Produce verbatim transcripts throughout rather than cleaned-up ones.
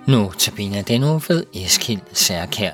Nu tabiner den uge ved Eskild Særkjær.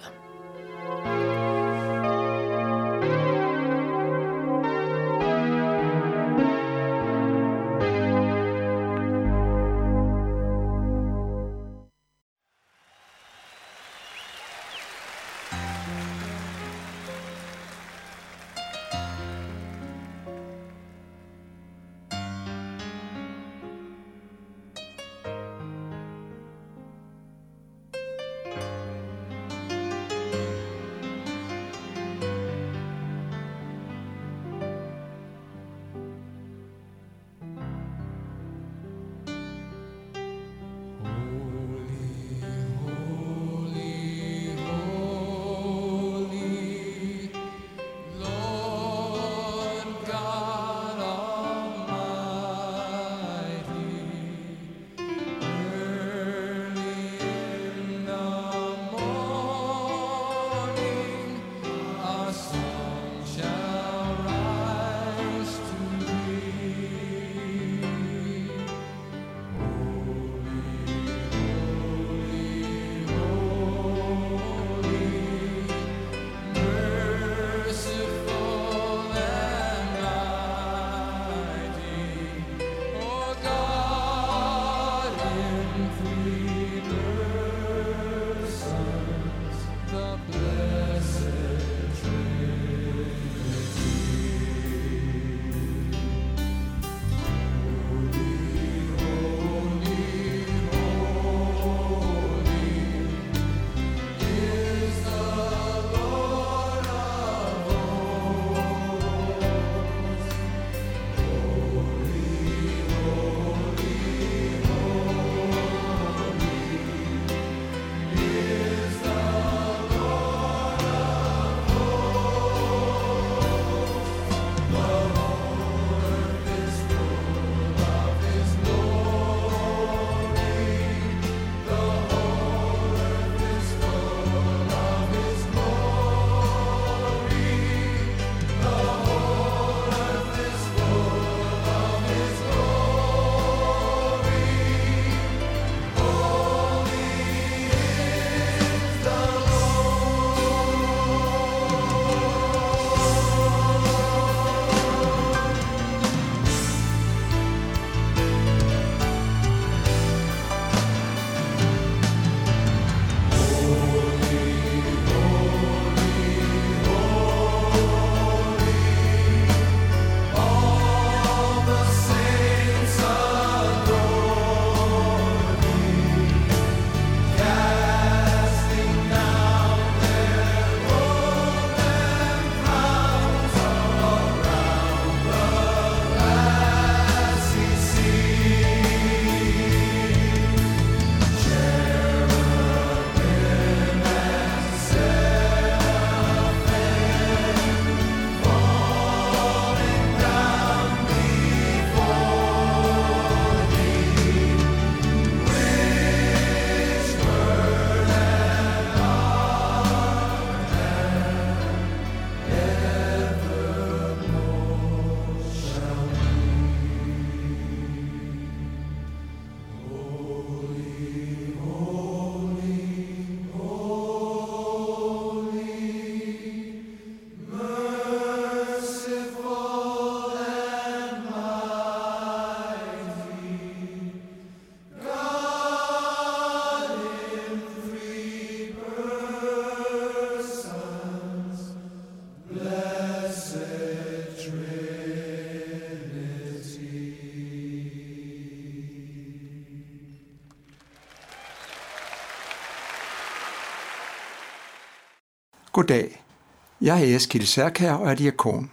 Goddag, jeg er Eskild Særkjær og er diakon.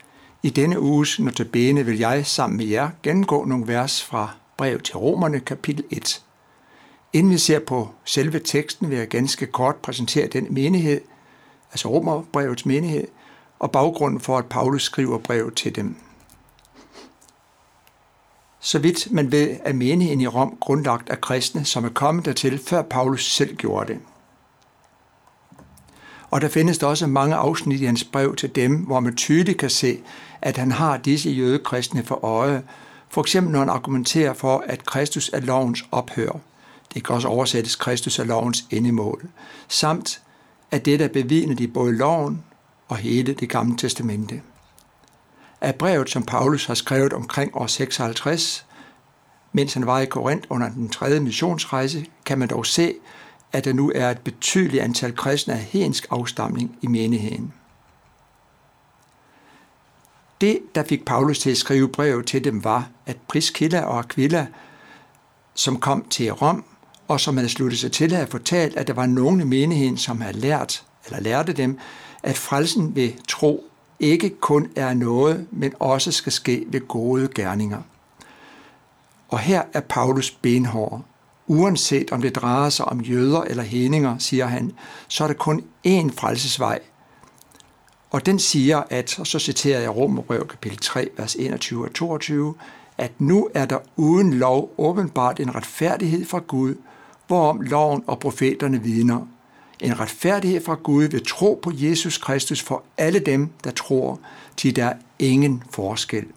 I denne uges notabene vil jeg sammen med jer gennemgå nogle vers fra brev til Romerne kapitel et. Inden vi ser på selve teksten, vil jeg ganske kort præsentere den menighed, altså Romerbrevets menighed, og baggrunden for, at Paulus skriver brev til dem. Så vidt man ved, er menigheden i Rom grundlagt af kristne, som er kommet dertil, før Paulus selv gjorde det. Og der findes der også mange afsnit i hans brev til dem, hvor man tydeligt kan se, at han har disse jødekristne for øje, for eksempel når han argumenterer for, at Kristus er lovens ophør. det kan også oversættes Kristus er lovens endemål, samt at det er bevidnet i både loven og hele det gamle testamente. Af brevet, som Paulus har skrevet omkring år seksoghalvtreds, mens han var i Korinth under den tredje missionsrejse, kan man dog se, at der nu er et betydeligt antal kristne af hedensk afstamning i menigheden. Det, der fik Paulus til at skrive brevet til dem, var, at Priscilla og Aquila, som kom til Rom, og som havde sluttet sig til, havde fortalt, at der var nogen i menigheden, som havde lært, eller lærte dem, at frelsen ved tro ikke kun er noget, men også skal ske ved gode gerninger. Og her er Paulus benhård. Uanset om det drejer sig om jøder eller hedninger, siger han, så er der kun én frelsesvej. Og den siger, at, og så citerer jeg Romerbrevet kapitel tre, vers enogtyve og toogtyve, at nu er der uden lov åbenbart en retfærdighed fra Gud, hvorom loven og profeterne vidner. En retfærdighed fra Gud ved tro på Jesus Kristus for alle dem, der tror, til der er ingen forskel.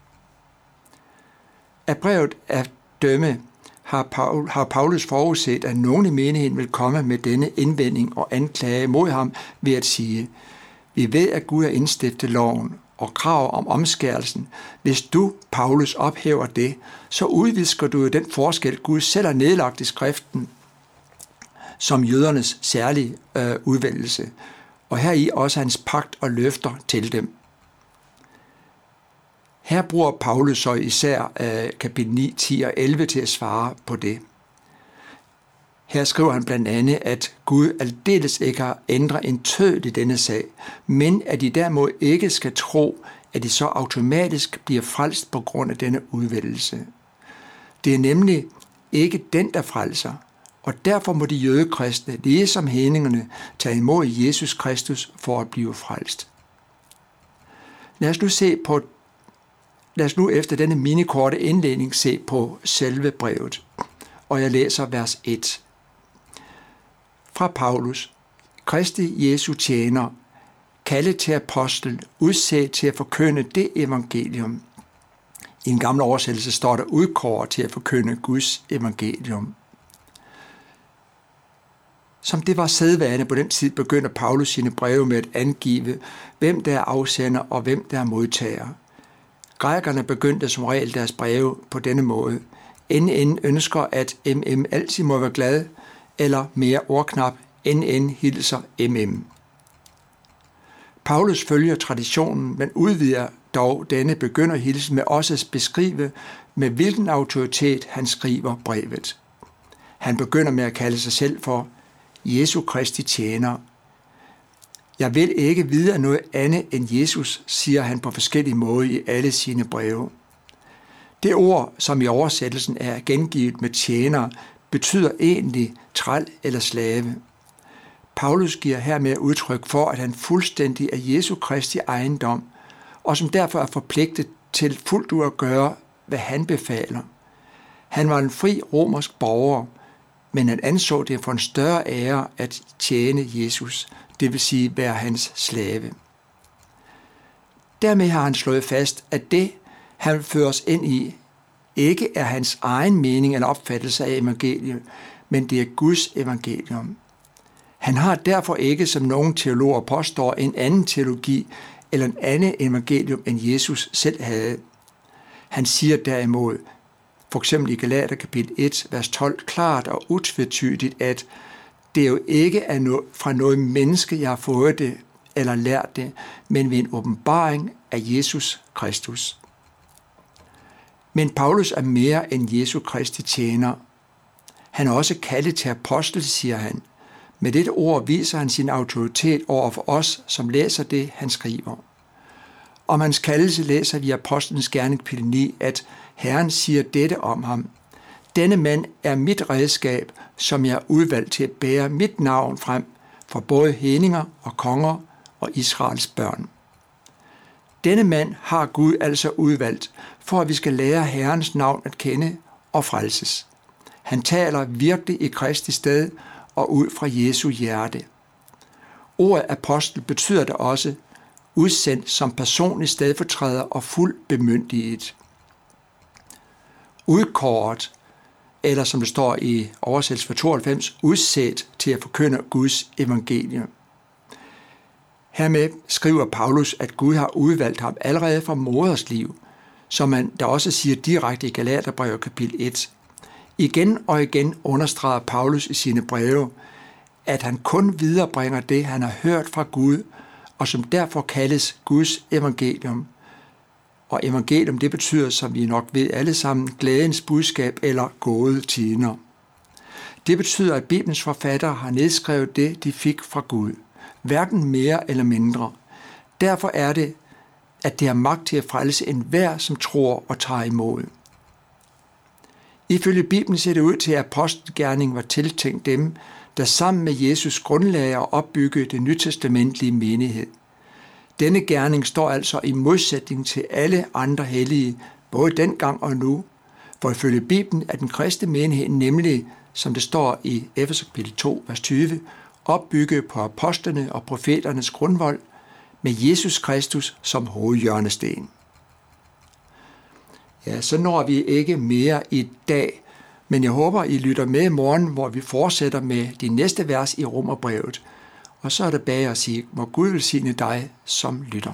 Af brevet af dømme har, Paul, har Paulus forudset, at nogen i menigheden vil komme med denne indvending og anklage mod ham ved at sige, vi ved, at Gud har indstiftet loven og krav om omskærelsen. Hvis du, Paulus, ophæver det, så udvisker du jo den forskel, Gud selv har nedlagt i skriften, som jødernes særlige øh, udvælgelse, og heri også hans pagt og løfter til dem. Her bruger Paulus så især øh, kapitel ni, ti og elleve til at svare på det. Her skriver han blandt andet, at Gud aldeles ikke har ændret en tøddel i denne sag, men at de derimod ikke skal tro, at de så automatisk bliver frelst på grund af denne udvælgelse. Det er nemlig ikke den, der frelser, og derfor må de jødekristne, ligesom hedningerne, tage imod Jesus Kristus for at blive frelst. Lad os nu se på, lad os nu efter denne minikorte indledning se på selve brevet, og jeg læser vers et. Fra Paulus, Kristi Jesu tjener, kaldet til apostel, udset til at forkynde det evangelium. I en gammel oversættelse står der udkåret til at forkynde Guds evangelium. Som det var sædvane på den tid, begynder Paulus sine breve med at angive, hvem der er afsender og hvem der er modtager. Grækerne begyndte som regel deres breve på denne måde. N N ønsker, at M M altid må være glad, eller mere ordknap, N N hilser M M. Paulus følger traditionen, men udvider dog denne begynderhilsen med også at beskrive, med hvilken autoritet han skriver brevet. Han begynder med at kalde sig selv for Jesu Kristi tjener. Jeg vil ikke vide noget andet end Jesus, siger han på forskellige måder i alle sine breve. Det ord, som i oversættelsen er gengivet med tjener, betyder egentlig træl eller slave. Paulus giver hermed udtryk for, at han fuldstændig er Jesu Kristi ejendom, og som derfor er forpligtet til fuldt ud at gøre, hvad han befaler. Han var en fri romersk borger, men han anså det for en større ære at tjene Jesus, det vil sige være hans slave. Dermed har han slået fast, at det, han føres ind i, ikke er hans egen mening eller opfattelse af evangeliet, men det er Guds evangelium. Han har derfor ikke, som nogle teologer påstår, en anden teologi eller en anden evangelium, end Jesus selv havde. Han siger derimod, for eksempel i Galater kapitel et, vers tolv, klart og utvetydigt, at det jo ikke er noget, fra noget menneske, jeg har fået det eller lært det, men ved en åbenbaring af Jesus Kristus. Men Paulus er mere end Jesu Kristi tjener. Han er også kaldet til apostel, siger han. Med dette ord viser han sin autoritet over for os, som læser det, han skriver. Om hans kaldelse læser vi i Apostlenes Gerning kapitel ni, at Herren siger dette om ham. Denne mand er mit redskab, som jeg er udvalgt til at bære mit navn frem for både hedninger og konger og Israels børn. Denne mand har Gud altså udvalgt, for at vi skal lære Herrens navn at kende og frelses. Han taler virkelig i Kristi sted og ud fra Jesu hjerte. Ordet apostel betyder det også udsendt som personlig stedfortræder og fuldt bemyndiget. Udkåret eller som det står i oversættelse for tooghalvfems, udset til at forkynde Guds evangelium. Hermed skriver Paulus, at Gud har udvalgt ham allerede fra moders liv, som man der også siger direkte i Galaterbrevet kapitel et. Igen og igen understreger Paulus i sine breve, at han kun viderebringer det, han har hørt fra Gud, og som derfor kaldes Guds evangelium. Og evangelium, det betyder, som vi nok ved alle sammen, glædens budskab eller gode tider. Det betyder, at Bibelens forfattere har nedskrevet det, de fik fra Gud. Hverken mere eller mindre. Derfor er det, at det har magt til at frelse enhver, som tror og tager imod. Ifølge Bibelen ser det ud til, at apostelgerningen var tiltænkt dem, der sammen med Jesus grundlagde og opbyggede det nytestamentlige menighed. Denne gerning står altså i modsætning til alle andre hellige, både dengang og nu, for ifølge Bibelen er den kristne menighed nemlig, som det står i Efeser kapitel to, vers tyve, opbygget på apostlene og profeternes grundvold, med Jesus Kristus som hovedhjørnesten. Ja, så når vi ikke mere i dag, men jeg håber, I lytter med i morgen, hvor vi fortsætter med de næste vers i Romerbrevet. Og så er det bag at sige, må Gud velsigne dig, som lytter.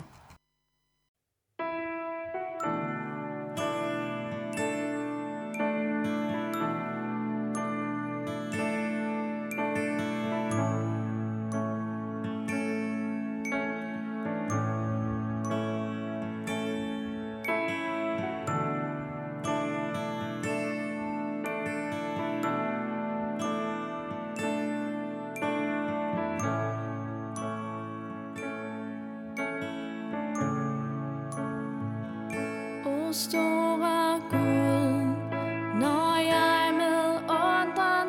Store Gud, når jeg med undren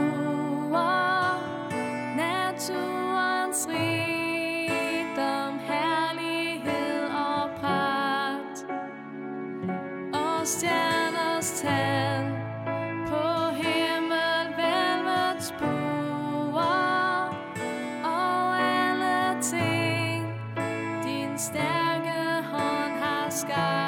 skuer naturens rigdom, herlighed og pragt, og stjerners tal på himmelhvælvets buer, og alle ting din stærke hånd har skabt.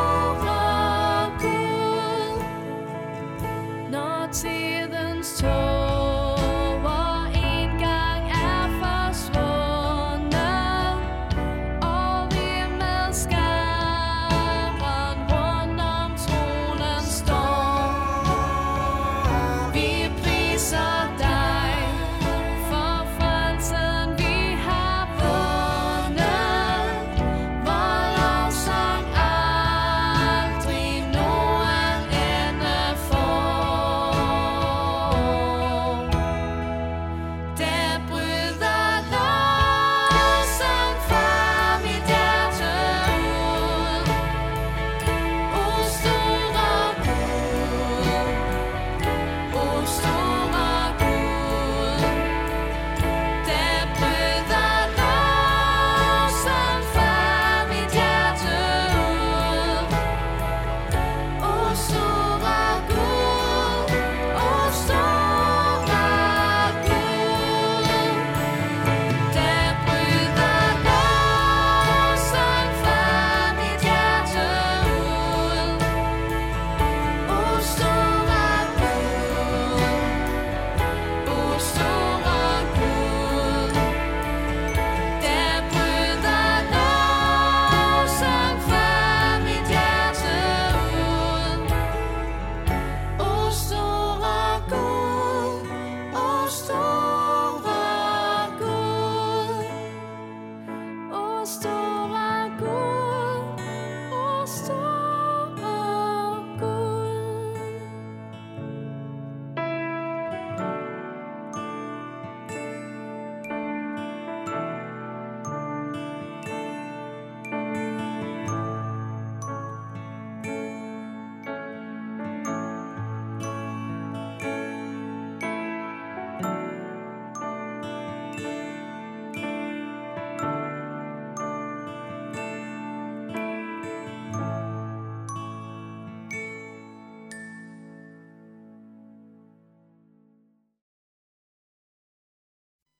Tidens tog